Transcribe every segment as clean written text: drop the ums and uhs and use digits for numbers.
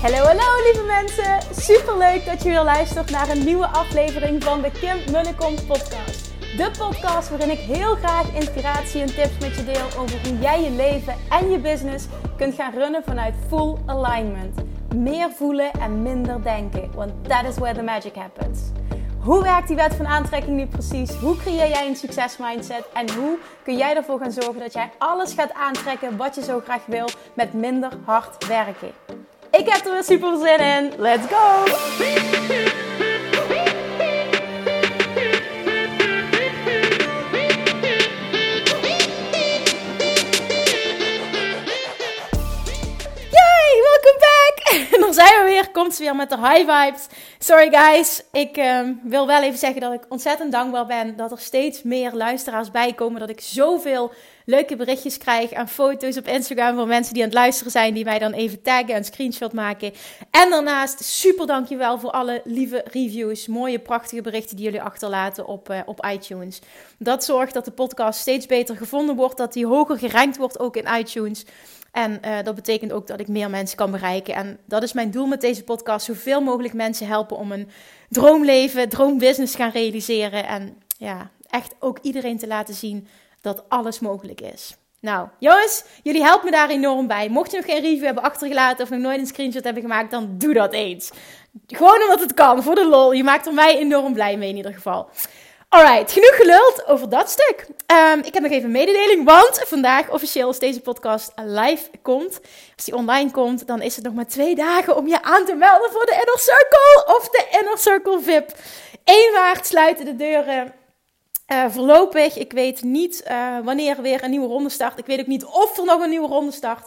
Hallo lieve mensen, superleuk dat je weer luistert naar een nieuwe aflevering van de Kim Munnekom podcast. De podcast waarin ik heel graag inspiratie en tips met je deel over hoe jij je leven en je business kunt gaan runnen vanuit full alignment. Meer voelen en minder denken, want that is where the magic happens. Hoe werkt die wet van aantrekking nu precies? Hoe creëer jij een succesmindset? En hoe kun jij ervoor gaan zorgen dat jij alles gaat aantrekken wat je zo graag wil met minder hard werken? Ik heb er weer super zin in. Let's go! Yay, welcome back! En dan zijn we weer. Komt ze weer met de high vibes. Sorry guys, ik wil wel even zeggen dat ik ontzettend dankbaar ben dat er steeds meer luisteraars bij komen. Dat ik zoveel leuke berichtjes krijg en foto's op Instagram van mensen die aan het luisteren zijn, die mij dan even taggen en screenshot maken. En daarnaast super dankjewel voor alle lieve reviews, mooie prachtige berichten die jullie achterlaten op iTunes. Dat zorgt dat de podcast steeds beter gevonden wordt, dat die hoger gerankt wordt ook in iTunes. En dat betekent ook dat ik meer mensen kan bereiken. En dat is mijn doel met deze podcast, zoveel mogelijk mensen helpen om een droomleven, droombusiness te gaan realiseren. En ja, echt ook iedereen te laten zien dat alles mogelijk is. Nou, jongens, jullie helpen me daar enorm bij. Mocht je nog geen review hebben achtergelaten of nog nooit een screenshot hebben gemaakt, dan doe dat eens. Gewoon omdat het kan, voor de lol. Je maakt er mij enorm blij mee in ieder geval. Alright, genoeg geluld over dat stuk. Ik heb nog even een mededeling, want vandaag officieel als deze podcast live komt, als die online komt, dan is het nog maar 2 dagen om je aan te melden voor de Inner Circle of de Inner Circle VIP. 1 maart sluiten de deuren. Voorlopig, ik weet niet wanneer weer een nieuwe ronde start. Ik weet ook niet of er nog een nieuwe ronde start.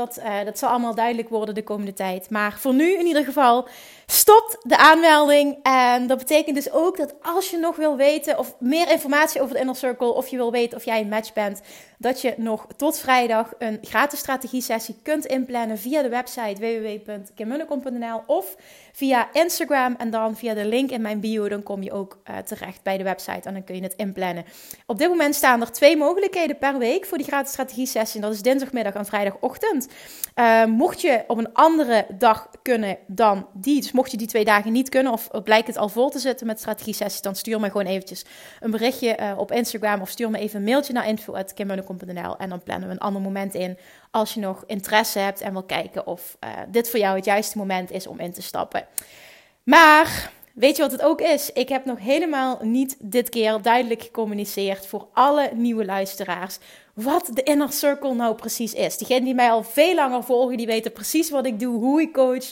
Dat zal allemaal duidelijk worden de komende tijd. Maar voor nu in ieder geval stopt de aanmelding. En dat betekent dus ook dat als je nog wil weten of meer informatie over de Inner Circle, of je wil weten of jij een match bent, dat je nog tot vrijdag een gratis strategie-sessie kunt inplannen via de website www.kimmunnekom.nl of via Instagram en dan via de link in mijn bio. Dan kom je ook terecht bij de website en dan kun je het inplannen. Op dit moment staan er 2 mogelijkheden per week voor die gratis strategie-sessie. Dat is dinsdagmiddag en vrijdagochtend. Mocht je op een andere dag kunnen dan die, dus mocht je die 2 dagen niet kunnen of blijkt het al vol te zitten met strategie-sessies, dan stuur me gewoon eventjes een berichtje op Instagram of stuur me even een mailtje naar info@kimmunnekom.nl en dan plannen we een ander moment in als je nog interesse hebt en wil kijken of dit voor jou het juiste moment is om in te stappen. Maar weet je wat het ook is? Ik heb nog helemaal niet dit keer duidelijk gecommuniceerd voor alle nieuwe luisteraars wat de Inner Circle nou precies is. Diegenen die mij al veel langer volgen, die weten precies wat ik doe, hoe ik coach.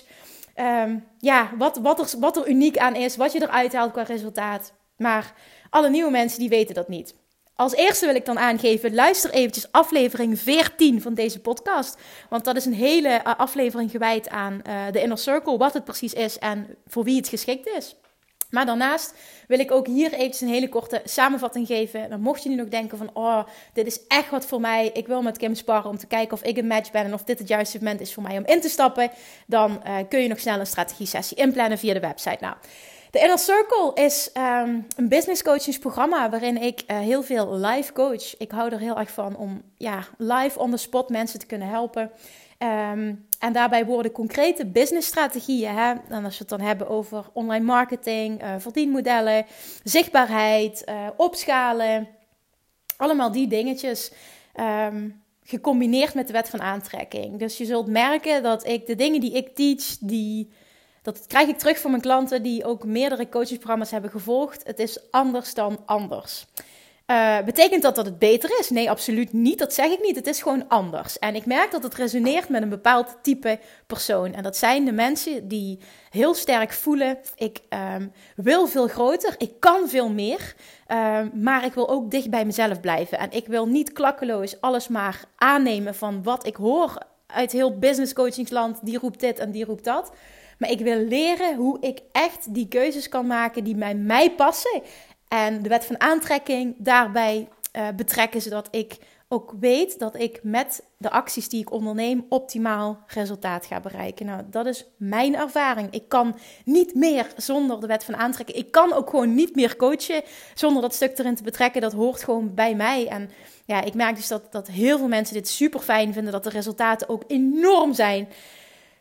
Wat er uniek aan is, wat je eruit haalt qua resultaat. Maar alle nieuwe mensen die weten dat niet. Als eerste wil ik dan aangeven, luister eventjes aflevering 14 van deze podcast. Want dat is een hele aflevering gewijd aan de Inner Circle, wat het precies is en voor wie het geschikt is. Maar daarnaast wil ik ook hier eventjes een hele korte samenvatting geven. Dan mocht je nu nog denken van, dit is echt wat voor mij. Ik wil met Kim sparren om te kijken of ik een match ben en of dit het juiste moment is voor mij om in te stappen. Dan kun je nog snel een strategie-sessie inplannen via de website. Nou, de Inner Circle is een business coachingsprogramma waarin ik heel veel live coach. Ik hou er heel erg van om live on the spot mensen te kunnen helpen. En daarbij worden concrete businessstrategieën. En als we het dan hebben over online marketing, verdienmodellen, zichtbaarheid, opschalen. Allemaal die dingetjes gecombineerd met de wet van aantrekking. Dus je zult merken dat ik de dingen die ik teach, dat krijg ik terug van mijn klanten die ook meerdere coachingsprogramma's hebben gevolgd. Het is anders dan anders. Betekent dat het beter is? Nee, absoluut niet. Dat zeg ik niet. Het is gewoon anders. En ik merk dat het resoneert met een bepaald type persoon. En dat zijn de mensen die heel sterk voelen, ik wil veel groter, ik kan veel meer, maar ik wil ook dicht bij mezelf blijven. En ik wil niet klakkeloos alles maar aannemen van wat ik hoor uit heel business coachingsland. Die roept dit en die roept dat. Maar ik wil leren hoe ik echt die keuzes kan maken die bij mij passen. En de wet van aantrekking daarbij betrekken, zodat ik ook weet dat ik met de acties die ik onderneem optimaal resultaat ga bereiken. Nou, dat is mijn ervaring. Ik kan niet meer zonder de wet van aantrekking. Ik kan ook gewoon niet meer coachen zonder dat stuk erin te betrekken. Dat hoort gewoon bij mij. En ja, ik merk dus dat heel veel mensen dit super fijn vinden, dat de resultaten ook enorm zijn.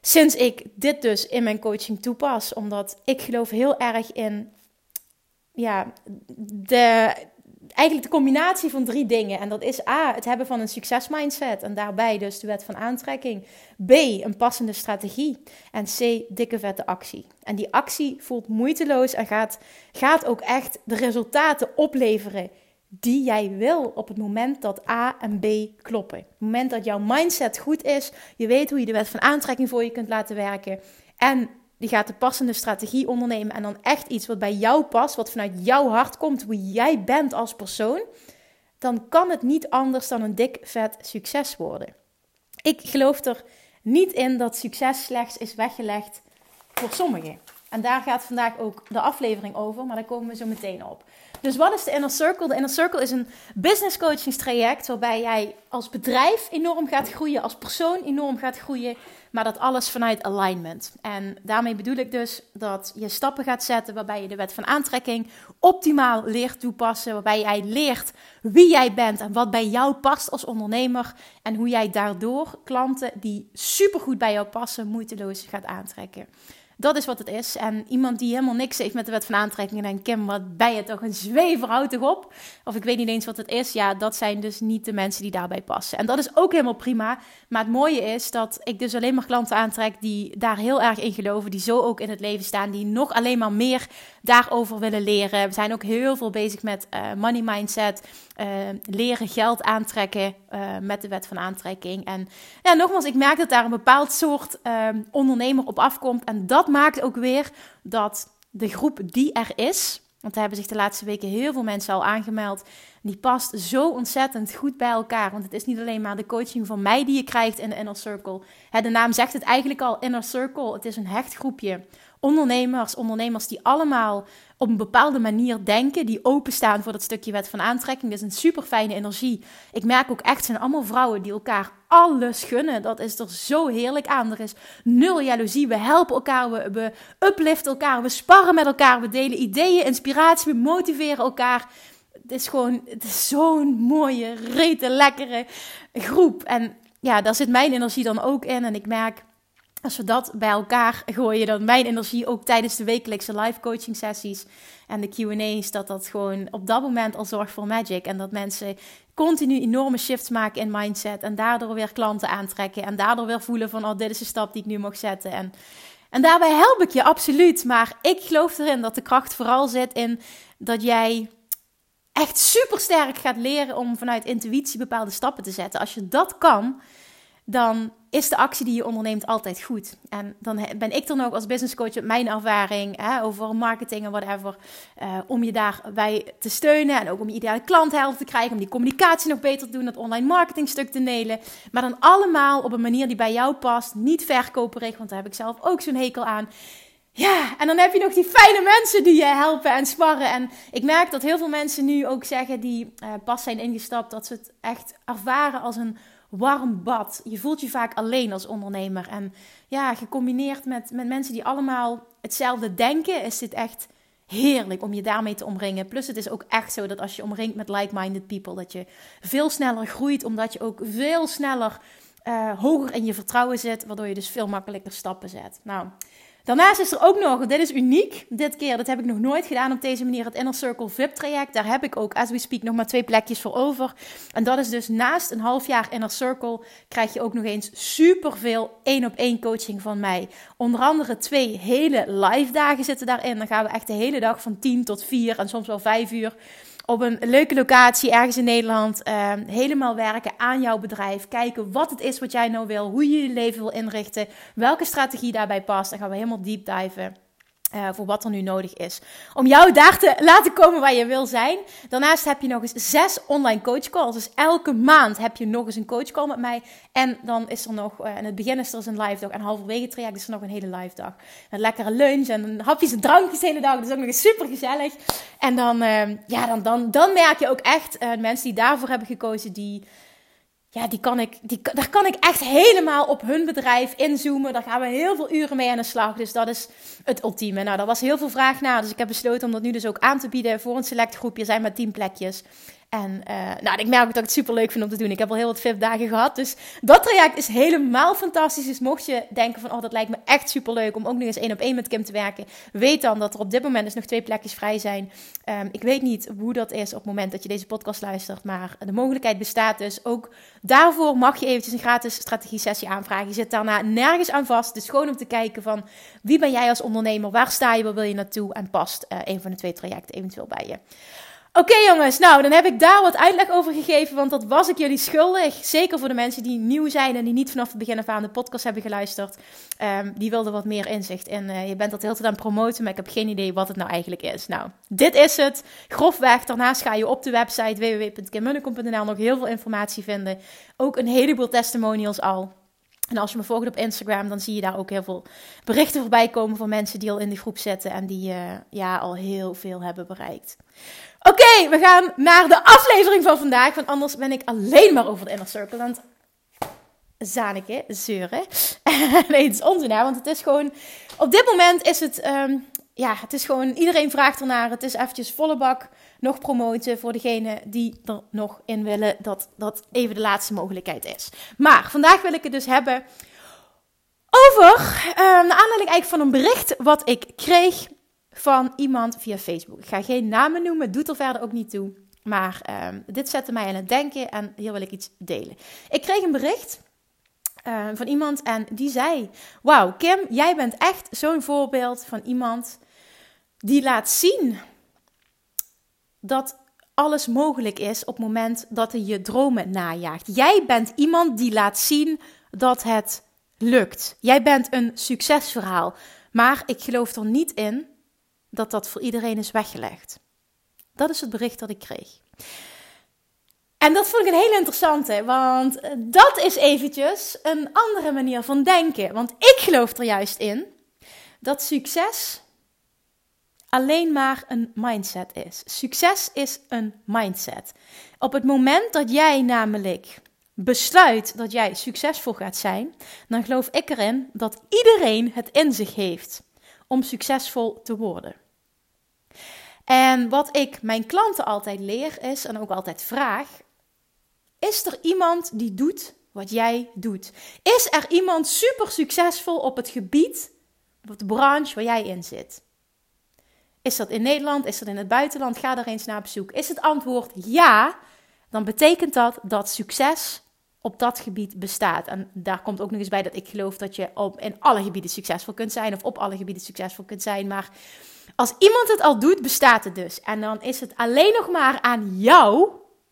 sinds ik dit dus in mijn coaching toepas. Omdat ik geloof heel erg in eigenlijk de combinatie van 3 dingen. En dat is A, het hebben van een succesmindset. En daarbij dus de wet van aantrekking. B, een passende strategie. En C, dikke vette actie. En die actie voelt moeiteloos en gaat ook echt de resultaten opleveren die jij wil op het moment dat A en B kloppen. Op het moment dat jouw mindset goed is, je weet hoe je de wet van aantrekking voor je kunt laten werken. En die gaat de passende strategie ondernemen en dan echt iets wat bij jou past, wat vanuit jouw hart komt, hoe jij bent als persoon, dan kan het niet anders dan een dik vet succes worden. Ik geloof er niet in dat succes slechts is weggelegd voor sommigen. En daar gaat vandaag ook de aflevering over, maar daar komen we zo meteen op. Dus wat is de Inner Circle? De Inner Circle is een business coachingstraject waarbij jij als bedrijf enorm gaat groeien, als persoon enorm gaat groeien, maar dat alles vanuit alignment. En daarmee bedoel ik dus dat je stappen gaat zetten waarbij je de wet van aantrekking optimaal leert toepassen, waarbij jij leert wie jij bent en wat bij jou past als ondernemer en hoe jij daardoor klanten die supergoed bij jou passen moeiteloos gaat aantrekken. Dat is wat het is. En iemand die helemaal niks heeft met de wet van aantrekking en denkt, Kim, wat ben je toch een zwever, houd toch op? Of ik weet niet eens wat het is. Ja, dat zijn dus niet de mensen die daarbij passen. En dat is ook helemaal prima. Maar het mooie is dat ik dus alleen maar klanten aantrek die daar heel erg in geloven. Die zo ook in het leven staan. Die nog alleen maar meer daarover willen leren. We zijn ook heel veel bezig met money mindset. Leren geld aantrekken met de wet van aantrekking. En ja, nogmaals, ik merk dat daar een bepaald soort ondernemer op afkomt. En dat maakt ook weer dat de groep die er is, want er hebben zich de laatste weken heel veel mensen al aangemeld, die past zo ontzettend goed bij elkaar. Want het is niet alleen maar de coaching van mij die je krijgt in de Inner Circle. De naam zegt het eigenlijk al, Inner Circle. Het is een hecht groepje ondernemers die allemaal op een bepaalde manier denken, die openstaan voor dat stukje wet van aantrekking. Dit is een super fijne energie. Ik merk ook echt, het zijn allemaal vrouwen die elkaar alles gunnen. Dat is er zo heerlijk aan. Er is 0 jaloezie. We helpen elkaar, we upliften elkaar, we sparren met elkaar, we delen ideeën, inspiratie, we motiveren elkaar. Het is zo'n mooie, rete, lekkere groep. En ja, daar zit mijn energie dan ook in. En ik merk, als we dat bij elkaar gooien, dan mijn energie ook tijdens de wekelijkse live coaching sessies en de Q&A's, dat gewoon op dat moment al zorgt voor magic. En dat mensen continu enorme shifts maken in mindset en daardoor weer klanten aantrekken en daardoor weer voelen van, oh, dit is de stap die ik nu mag zetten. En daarbij help ik je absoluut. Maar ik geloof erin dat de kracht vooral zit in dat jij echt super sterk gaat leren om vanuit intuïtie bepaalde stappen te zetten. Als je dat kan, dan is de actie die je onderneemt altijd goed. En dan ben ik er nog als business coach met mijn ervaring over marketing en whatever, om je daarbij te steunen en ook om je ideale klant te krijgen, om die communicatie nog beter te doen, dat online marketingstuk te nelen. Maar dan allemaal op een manier die bij jou past, niet verkoperig, want daar heb ik zelf ook zo'n hekel aan. Ja, en dan heb je nog die fijne mensen die je helpen en sparren. En ik merk dat heel veel mensen nu ook zeggen die pas zijn ingestapt, dat ze het echt ervaren als een warm bad. Je voelt je vaak alleen als ondernemer. En ja, gecombineerd met mensen die allemaal hetzelfde denken, is dit echt heerlijk om je daarmee te omringen. Plus het is ook echt zo dat als je omringt met like-minded people, dat je veel sneller groeit, omdat je ook veel sneller hoger in je vertrouwen zit, waardoor je dus veel makkelijker stappen zet. Nou, daarnaast is er ook nog, dit is uniek, dit keer, dat heb ik nog nooit gedaan op deze manier, het Inner Circle VIP traject. Daar heb ik ook, as we speak, nog maar 2 plekjes voor over. En dat is dus naast een half jaar Inner Circle, krijg je ook nog eens superveel 1-op-1 coaching van mij. Onder andere 2 hele live dagen zitten daarin. Dan gaan we echt de hele dag van 10 tot 4 en soms wel 5 uur... op een leuke locatie ergens in Nederland helemaal werken aan jouw bedrijf. Kijken wat het is wat jij nou wil. Hoe je je leven wil inrichten. Welke strategie daarbij past. Dan gaan we helemaal deep diven voor wat er nu nodig is. Om jou daar te laten komen waar je wil zijn. Daarnaast heb je nog eens 6 online coachcalls. Dus elke maand heb je nog eens een coachcall met mij. En dan is er nog, in het begin is er dus een live dag. En halverwege het traject is er nog een hele live dag. Een lekkere lunch en hapjes en drankjes de hele dag. Dat is ook nog eens super gezellig. En dan merk je ook echt, mensen die daarvoor hebben gekozen, daar kan ik echt helemaal op hun bedrijf inzoomen. Daar gaan we heel veel uren mee aan de slag. Dus dat is het ultieme. Nou, daar was heel veel vraag naar. Dus ik heb besloten om dat nu dus ook aan te bieden voor een select groepje. Er zijn maar 10 plekjes. En ik merk ook dat ik het super leuk vind om te doen. Ik heb al heel wat VIP-dagen gehad. Dus dat traject is helemaal fantastisch. Dus mocht je denken van, dat lijkt me echt super leuk om ook nog eens 1-op-1 met Kim te werken. Weet dan dat er op dit moment dus nog 2 plekjes vrij zijn. Ik weet niet hoe dat is op het moment dat je deze podcast luistert. Maar de mogelijkheid bestaat dus. Ook daarvoor mag je eventjes een gratis strategie-sessie aanvragen. Je zit daarna nergens aan vast. Dus gewoon om te kijken van, wie ben jij als ondernemer? Waar sta je? Waar wil je naartoe? En past een van de 2 trajecten eventueel bij je? Oké, jongens, nou dan heb ik daar wat uitleg over gegeven, want dat was ik jullie schuldig. Zeker voor de mensen die nieuw zijn en die niet vanaf het begin af aan de podcast hebben geluisterd. Die wilden wat meer inzicht in. Je bent dat de hele tijd aan het promoten, maar ik heb geen idee wat het nou eigenlijk is. Nou, dit is het. Grofweg, daarnaast ga je op de website www.kimmunnekom.nl nog heel veel informatie vinden. Ook een heleboel testimonials al. En als je me volgt op Instagram, dan zie je daar ook heel veel berichten voorbij komen van mensen die al in de groep zitten en die al heel veel hebben bereikt. Oké, we gaan naar de aflevering van vandaag, want anders ben ik alleen maar over de Inner Circle aan het zaniken, zeuren. Nee, het is onzin, hè, want het is gewoon, op dit moment is het, het is gewoon, iedereen vraagt ernaar. Het is eventjes volle bak nog promoten voor degene die er nog in willen, dat even de laatste mogelijkheid is. Maar vandaag wil ik het dus hebben over, naar aanleiding eigenlijk van een bericht wat ik kreeg van iemand via Facebook. Ik ga geen namen noemen, doet er verder ook niet toe. Maar dit zette mij aan het denken en hier wil ik iets delen. Ik kreeg een bericht van iemand en die zei, wauw Kim, jij bent echt zo'n voorbeeld van iemand die laat zien dat alles mogelijk is op het moment dat je je dromen najaagt. Jij bent iemand die laat zien dat het lukt. Jij bent een succesverhaal. Maar ik geloof er niet in dat dat voor iedereen is weggelegd. Dat is het bericht dat ik kreeg. En dat vond ik een hele interessante, want dat is eventjes een andere manier van denken. Want ik geloof er juist in dat succes alleen maar een mindset is. Succes is een mindset. Op het moment dat jij namelijk besluit dat jij succesvol gaat zijn, dan geloof ik erin dat iedereen het in zich heeft om succesvol te worden. En wat ik mijn klanten altijd leer is, en ook altijd vraag, is er iemand die doet wat jij doet? Is er iemand super succesvol op het gebied, op de branche waar jij in zit? Is dat in Nederland? Is dat in het buitenland? Ga daar eens naar op zoek. Is het antwoord ja, dan betekent dat dat succes op dat gebied bestaat. En daar komt ook nog eens bij dat ik geloof dat je in alle gebieden succesvol kunt zijn, of op alle gebieden succesvol kunt zijn. Maar als iemand het al doet, bestaat het dus. En dan is het alleen nog maar aan jou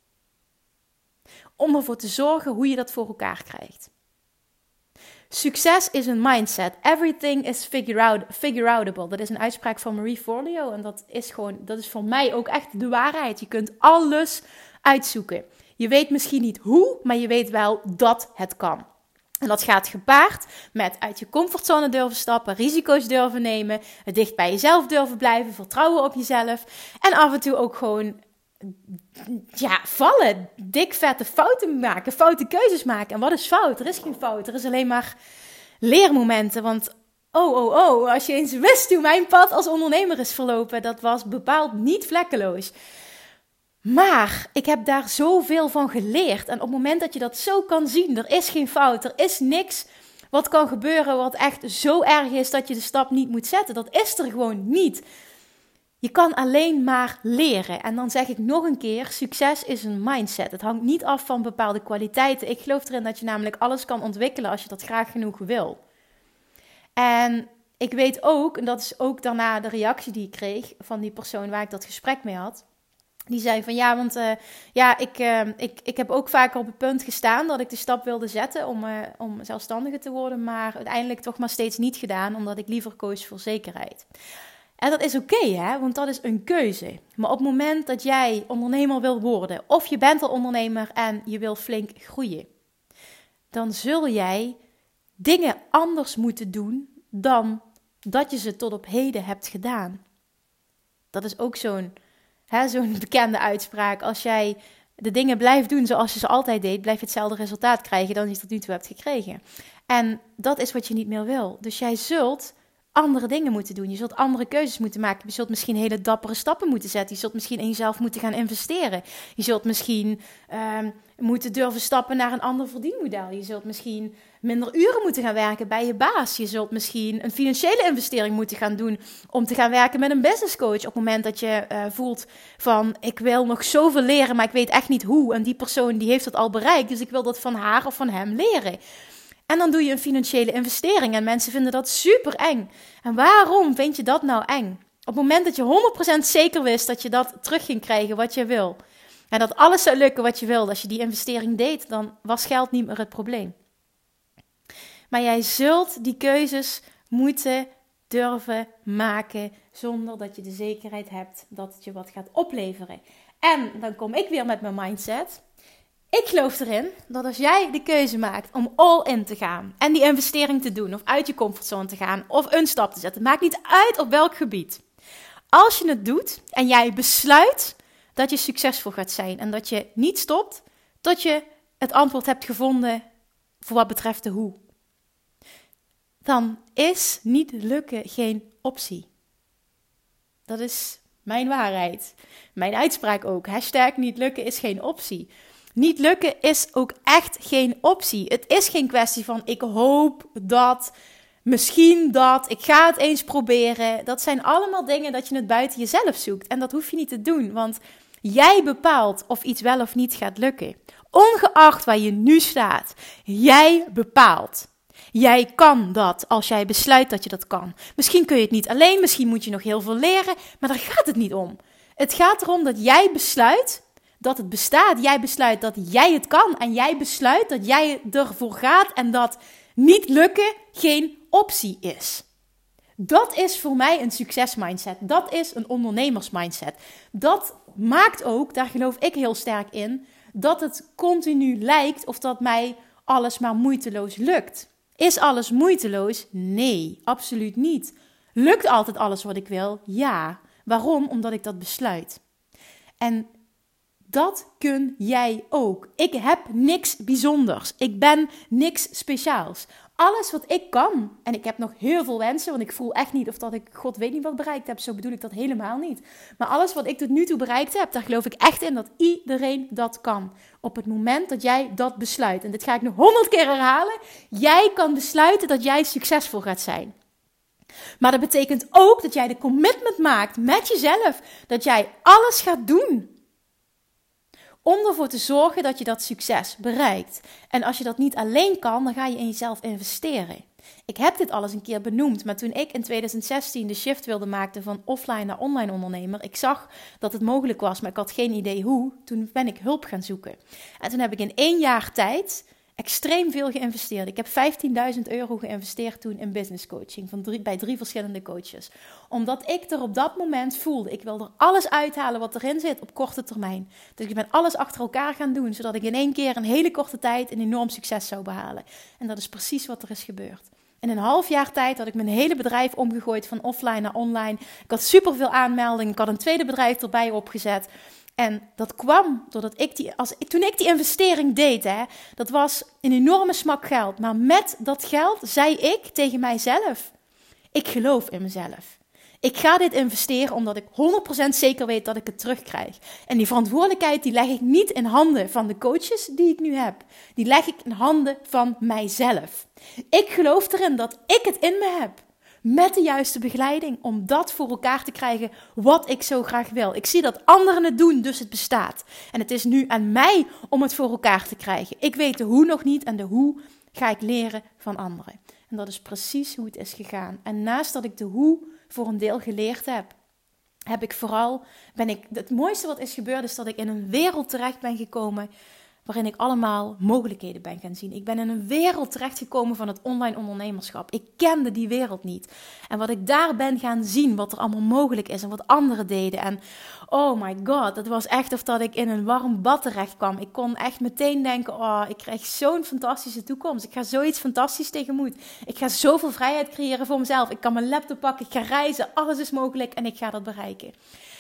om ervoor te zorgen hoe je dat voor elkaar krijgt. Succes is een mindset. Everything is figure-outable. Dat is een uitspraak van Marie Forleo. En dat is voor mij ook echt de waarheid. Je kunt alles uitzoeken. Je weet misschien niet hoe, maar je weet wel dat het kan. En dat gaat gepaard met uit je comfortzone durven stappen, risico's durven nemen, het dicht bij jezelf durven blijven, vertrouwen op jezelf. En af en toe ook gewoon vallen, dik vette fouten maken, foute keuzes maken. En wat is fout? Er is geen fout, er is alleen maar leermomenten. Want als je eens wist hoe mijn pad als ondernemer is verlopen, dat was bepaald niet vlekkeloos. Maar ik heb daar zoveel van geleerd. En op het moment dat je dat zo kan zien, er is geen fout, er is niks wat kan gebeuren wat echt zo erg is dat je de stap niet moet zetten. Dat is er gewoon niet. Je kan alleen maar leren. En dan zeg ik nog een keer, succes is een mindset. Het hangt niet af van bepaalde kwaliteiten. Ik geloof erin dat je namelijk alles kan ontwikkelen als je dat graag genoeg wil. En ik weet ook, en dat is ook daarna de reactie die ik kreeg van die persoon waar ik dat gesprek mee had. Die zei van ik heb ook vaker op het punt gestaan dat ik de stap wilde zetten om zelfstandige te worden. Maar uiteindelijk toch maar steeds niet gedaan, omdat ik liever koos voor zekerheid. En dat is oké, hè, want dat is een keuze. Maar op het moment dat jij ondernemer wil worden, of je bent al ondernemer en je wil flink groeien, dan zul jij dingen anders moeten doen dan dat je ze tot op heden hebt gedaan. Dat is ook zo'n bekende uitspraak. Als jij de dingen blijft doen zoals je ze altijd deed, blijf je hetzelfde resultaat krijgen dan je tot nu toe hebt gekregen. En dat is wat je niet meer wil. Dus jij zult andere dingen moeten doen. Je zult andere keuzes moeten maken. Je zult misschien hele dappere stappen moeten zetten. Je zult misschien in jezelf moeten gaan investeren. Je zult misschien moeten durven stappen naar een ander verdienmodel. Je zult misschien minder uren moeten gaan werken bij je baas. Je zult misschien een financiële investering moeten gaan doen om te gaan werken met een business coach. Op het moment dat je voelt van, ik wil nog zoveel leren, maar ik weet echt niet hoe. En die persoon die heeft dat al bereikt, dus ik wil dat van haar of van hem leren. En dan doe je een financiële investering en mensen vinden dat super eng. En waarom vind je dat nou eng? Op het moment dat je 100% zeker wist dat je dat terug ging krijgen wat je wil. En dat alles zou lukken wat je wilde. Als je die investering deed, dan was geld niet meer het probleem. Maar jij zult die keuzes moeten durven maken zonder dat je de zekerheid hebt dat het je wat gaat opleveren. En dan kom ik weer met mijn mindset. Ik geloof erin dat als jij de keuze maakt om all in te gaan en die investering te doen of uit je comfortzone te gaan of een stap te zetten, maakt niet uit op welk gebied. Als je het doet en jij besluit dat je succesvol gaat zijn en dat je niet stopt tot je het antwoord hebt gevonden voor wat betreft de hoe, dan is niet lukken geen optie. Dat is mijn waarheid. Mijn uitspraak ook. # niet lukken is geen optie. Niet lukken is ook echt geen optie. Het is geen kwestie van ik hoop dat, misschien dat, ik ga het eens proberen. Dat zijn allemaal dingen dat je het buiten jezelf zoekt. En dat hoef je niet te doen, want jij bepaalt of iets wel of niet gaat lukken. Ongeacht waar je nu staat, jij bepaalt. Jij kan dat als jij besluit dat je dat kan. Misschien kun je het niet alleen, misschien moet je nog heel veel leren, maar daar gaat het niet om. Het gaat erom dat jij besluit dat het bestaat. Jij besluit dat jij het kan en jij besluit dat jij ervoor gaat en dat niet lukken geen optie is. Dat is voor mij een succesmindset. Dat is een ondernemersmindset. Dat maakt ook, daar geloof ik heel sterk in, dat het continu lijkt of dat mij alles maar moeiteloos lukt. Is alles moeiteloos? Nee, absoluut niet. Lukt altijd alles wat ik wil? Ja. Waarom? Omdat ik dat besluit. En dat kun jij ook. Ik heb niks bijzonders. Ik ben niks speciaals. Alles wat ik kan, en ik heb nog heel veel wensen, want ik voel echt niet of dat ik God weet niet wat bereikt heb. Zo bedoel ik dat helemaal niet. Maar alles wat ik tot nu toe bereikt heb, daar geloof ik echt in dat iedereen dat kan. Op het moment dat jij dat besluit. En dit ga ik nog 100 keer herhalen. Jij kan besluiten dat jij succesvol gaat zijn. Maar dat betekent ook dat jij de commitment maakt met jezelf. Dat jij alles gaat doen om ervoor te zorgen dat je dat succes bereikt. En als je dat niet alleen kan, dan ga je in jezelf investeren. Ik heb dit al eens een keer benoemd, maar toen ik in 2016 de shift wilde maken van offline naar online ondernemer, ik zag dat het mogelijk was, maar ik had geen idee hoe, toen ben ik hulp gaan zoeken. En toen heb ik in 1 jaar tijd extreem veel geïnvesteerd. Ik heb €15.000 geïnvesteerd toen in business coaching bij 3 verschillende coaches. Omdat ik er op dat moment voelde, ik wil er alles uithalen wat erin zit op korte termijn. Dus ik ben alles achter elkaar gaan doen, zodat ik in 1 keer een hele korte tijd een enorm succes zou behalen. En dat is precies wat er is gebeurd. In een half jaar tijd had ik mijn hele bedrijf omgegooid van offline naar online. Ik had superveel aanmeldingen, ik had een tweede bedrijf erbij opgezet. En dat kwam doordat toen ik die investering deed, dat was een enorme smak geld. Maar met dat geld zei ik tegen mijzelf, ik geloof in mezelf. Ik ga dit investeren omdat ik 100% zeker weet dat ik het terugkrijg. En die verantwoordelijkheid die leg ik niet in handen van de coaches die ik nu heb. Die leg ik in handen van mijzelf. Ik geloof erin dat ik het in me heb. Met de juiste begeleiding om dat voor elkaar te krijgen wat ik zo graag wil. Ik zie dat anderen het doen, dus het bestaat. En het is nu aan mij om het voor elkaar te krijgen. Ik weet de hoe nog niet en de hoe ga ik leren van anderen. En dat is precies hoe het is gegaan. En naast dat ik de hoe voor een deel geleerd heb ik vooral, het mooiste wat is gebeurd is dat ik in een wereld terecht ben gekomen waarin ik allemaal mogelijkheden ben gaan zien. Ik ben in een wereld terechtgekomen van het online ondernemerschap. Ik kende die wereld niet. En wat ik daar ben gaan zien, wat er allemaal mogelijk is en wat anderen deden. En oh my god, het was echt of dat ik in een warm bad terecht kwam. Ik kon echt meteen denken, oh, ik krijg zo'n fantastische toekomst. Ik ga zoiets fantastisch tegemoet. Ik ga zoveel vrijheid creëren voor mezelf. Ik kan mijn laptop pakken, ik ga reizen, alles is mogelijk en ik ga dat bereiken.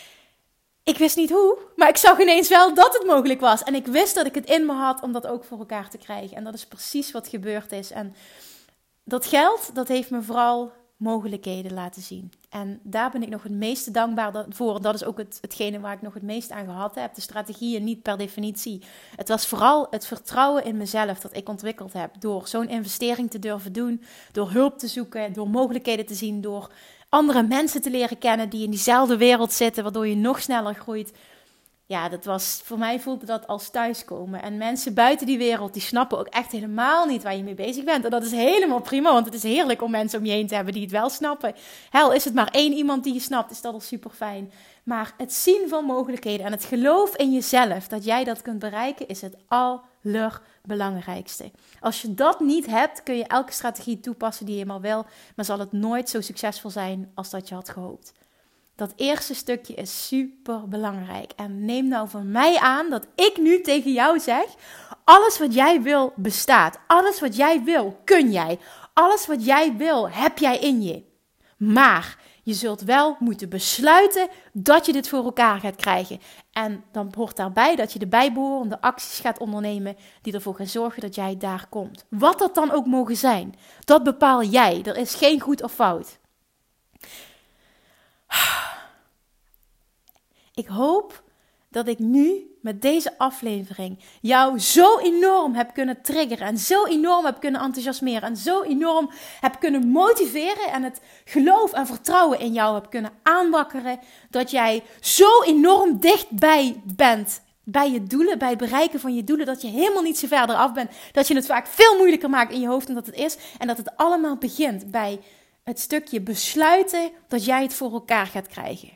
Ik wist niet hoe, maar ik zag ineens wel dat het mogelijk was. En ik wist dat ik het in me had om dat ook voor elkaar te krijgen. En dat is precies wat gebeurd is. En dat geld, dat heeft me vooral mogelijkheden laten zien. En daar ben ik nog het meeste dankbaar voor. En dat is ook hetgene waar ik nog het meest aan gehad heb. De strategieën niet per definitie. Het was vooral het vertrouwen in mezelf dat ik ontwikkeld heb. Door zo'n investering te durven doen. Door hulp te zoeken. Door mogelijkheden te zien. Door andere mensen te leren kennen die in diezelfde wereld zitten. Waardoor je nog sneller groeit. Ja, voor mij voelde dat als thuiskomen. En mensen buiten die wereld, die snappen ook echt helemaal niet waar je mee bezig bent. En dat is helemaal prima, want het is heerlijk om mensen om je heen te hebben die het wel snappen. Hel, is het maar 1 iemand die je snapt, is dat al super fijn. Maar het zien van mogelijkheden en het geloof in jezelf, dat jij dat kunt bereiken, is het allerbelangrijkste. Als je dat niet hebt, kun je elke strategie toepassen die je maar wil, maar zal het nooit zo succesvol zijn als dat je had gehoopt. Dat eerste stukje is super belangrijk. En neem nou van mij aan dat ik nu tegen jou zeg: alles wat jij wil bestaat. Alles wat jij wil kun jij. Alles wat jij wil heb jij in je. Maar je zult wel moeten besluiten dat je dit voor elkaar gaat krijgen. En dan hoort daarbij dat je de bijbehorende acties gaat ondernemen die ervoor gaan zorgen dat jij daar komt. Wat dat dan ook mogen zijn, dat bepaal jij. Er is geen goed of fout. Ik hoop dat ik nu met deze aflevering jou zo enorm heb kunnen triggeren en zo enorm heb kunnen enthousiasmeren en zo enorm heb kunnen motiveren en het geloof en vertrouwen in jou heb kunnen aanwakkeren, dat jij zo enorm dichtbij bent bij je doelen, bij het bereiken van je doelen, dat je helemaal niet zo verder af bent, dat je het vaak veel moeilijker maakt in je hoofd dan dat het is en dat het allemaal begint bij het stukje besluiten dat jij het voor elkaar gaat krijgen.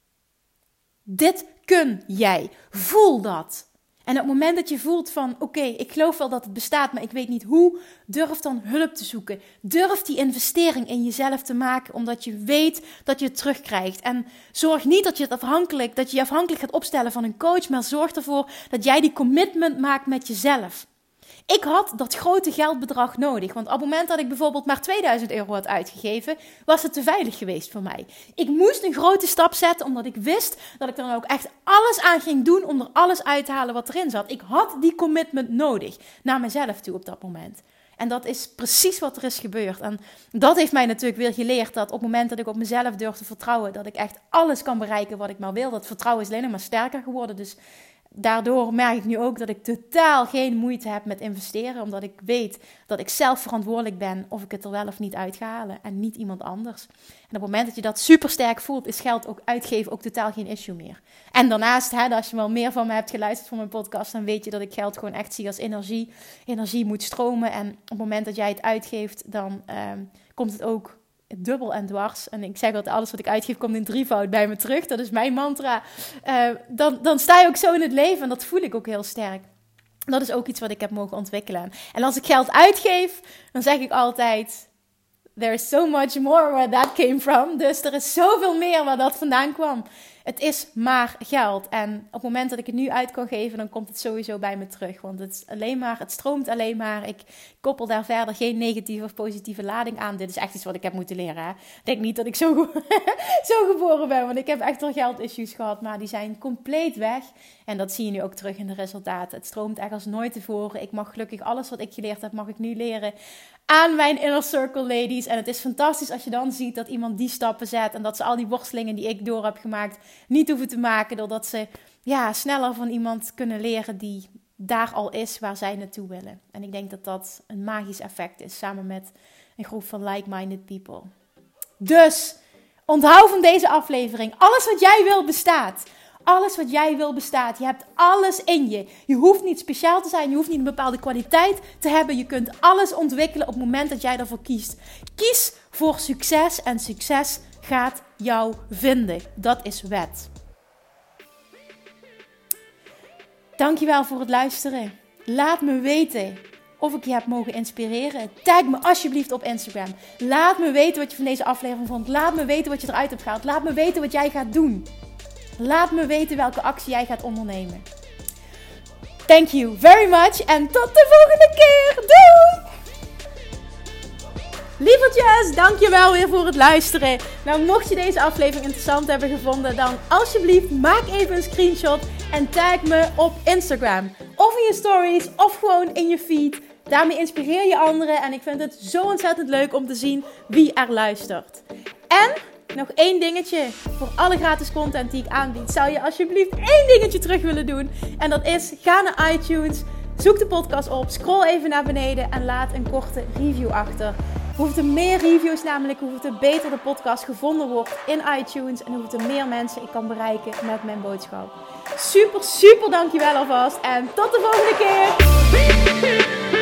Dit kun jij. Voel dat. En op het moment dat je voelt van oké, ik geloof wel dat het bestaat, maar ik weet niet hoe, durf dan hulp te zoeken. Durf die investering in jezelf te maken, omdat je weet dat je het terugkrijgt. En zorg niet dat je je afhankelijk gaat opstellen van een coach, maar zorg ervoor dat jij die commitment maakt met jezelf. Ik had dat grote geldbedrag nodig, want op het moment dat ik bijvoorbeeld maar €2000 had uitgegeven, was het te veilig geweest voor mij. Ik moest een grote stap zetten, omdat ik wist dat ik er dan ook echt alles aan ging doen om er alles uit te halen wat erin zat. Ik had die commitment nodig, naar mezelf toe op dat moment. En dat is precies wat er is gebeurd. En dat heeft mij natuurlijk weer geleerd dat op het moment dat ik op mezelf durf te vertrouwen, dat ik echt alles kan bereiken wat ik maar wil. Dat vertrouwen is alleen maar sterker geworden, dus daardoor merk ik nu ook dat ik totaal geen moeite heb met investeren. Omdat ik weet dat ik zelf verantwoordelijk ben of ik het er wel of niet uit ga halen. En niet iemand anders. En op het moment dat je dat super sterk voelt, is geld ook uitgeven ook totaal geen issue meer. En daarnaast, als je wel meer van me hebt geluisterd van mijn podcast, dan weet je dat ik geld gewoon echt zie als energie. Energie moet stromen. En op het moment dat jij het uitgeeft, dan komt het ook dubbel en dwars. En ik zeg altijd, alles wat ik uitgeef komt in drievoud bij me terug. Dat is mijn mantra. Dan sta je ook zo in het leven. En dat voel ik ook heel sterk. Dat is ook iets wat ik heb mogen ontwikkelen. En als ik geld uitgeef, dan zeg ik altijd: there is so much more where that came from. Dus er is zoveel meer waar dat vandaan kwam. Het is maar geld. En op het moment dat ik het nu uit kan geven, dan komt het sowieso bij me terug. Want het stroomt alleen maar. Ik koppel daar verder geen negatieve of positieve lading aan. Dit is echt iets wat ik heb moeten leren. Hè? Ik denk niet dat ik zo geboren ben. Want ik heb echt wel geldissues gehad. Maar die zijn compleet weg. En dat zie je nu ook terug in de resultaten. Het stroomt echt als nooit tevoren. Ik mag gelukkig alles wat ik geleerd heb, mag ik nu leren aan mijn inner circle ladies. En het is fantastisch als je dan ziet dat iemand die stappen zet. En dat ze al die worstelingen die ik door heb gemaakt niet hoeven te maken. Doordat ze sneller van iemand kunnen leren die daar al is waar zij naartoe willen. En ik denk dat dat een magisch effect is. Samen met een groep van like-minded people. Dus onthoud van deze aflevering: alles wat jij wil bestaat. Alles wat jij wil bestaat. Je hebt alles in je. Je hoeft niet speciaal te zijn. Je hoeft niet een bepaalde kwaliteit te hebben. Je kunt alles ontwikkelen op het moment dat jij daarvoor kiest. Kies voor succes en succes gaat jou vinden. Dat is wet. Dankjewel voor het luisteren. Laat me weten of ik je heb mogen inspireren. Tag me alsjeblieft op Instagram. Laat me weten wat je van deze aflevering vond. Laat me weten wat je eruit hebt gehaald. Laat me weten wat jij gaat doen. Laat me weten welke actie jij gaat ondernemen. Thank you very much. En tot de volgende keer. Doei! Lievertjes, dankjewel weer voor het luisteren. Nou, mocht je deze aflevering interessant hebben gevonden, dan alsjeblieft maak even een screenshot en tag me op Instagram. Of in je stories, of gewoon in je feed. Daarmee inspireer je anderen en ik vind het zo ontzettend leuk om te zien wie er luistert. En nog 1 dingetje voor alle gratis content die ik aanbied. Zou je alsjeblieft 1 dingetje terug willen doen? En dat is, ga naar iTunes, zoek de podcast op, scroll even naar beneden en laat een korte review achter. Hoeveel meer reviews namelijk, hoeveel beter de podcast gevonden wordt in iTunes en hoeveel meer mensen ik kan bereiken met mijn boodschap. Super dankjewel alvast en tot de volgende keer!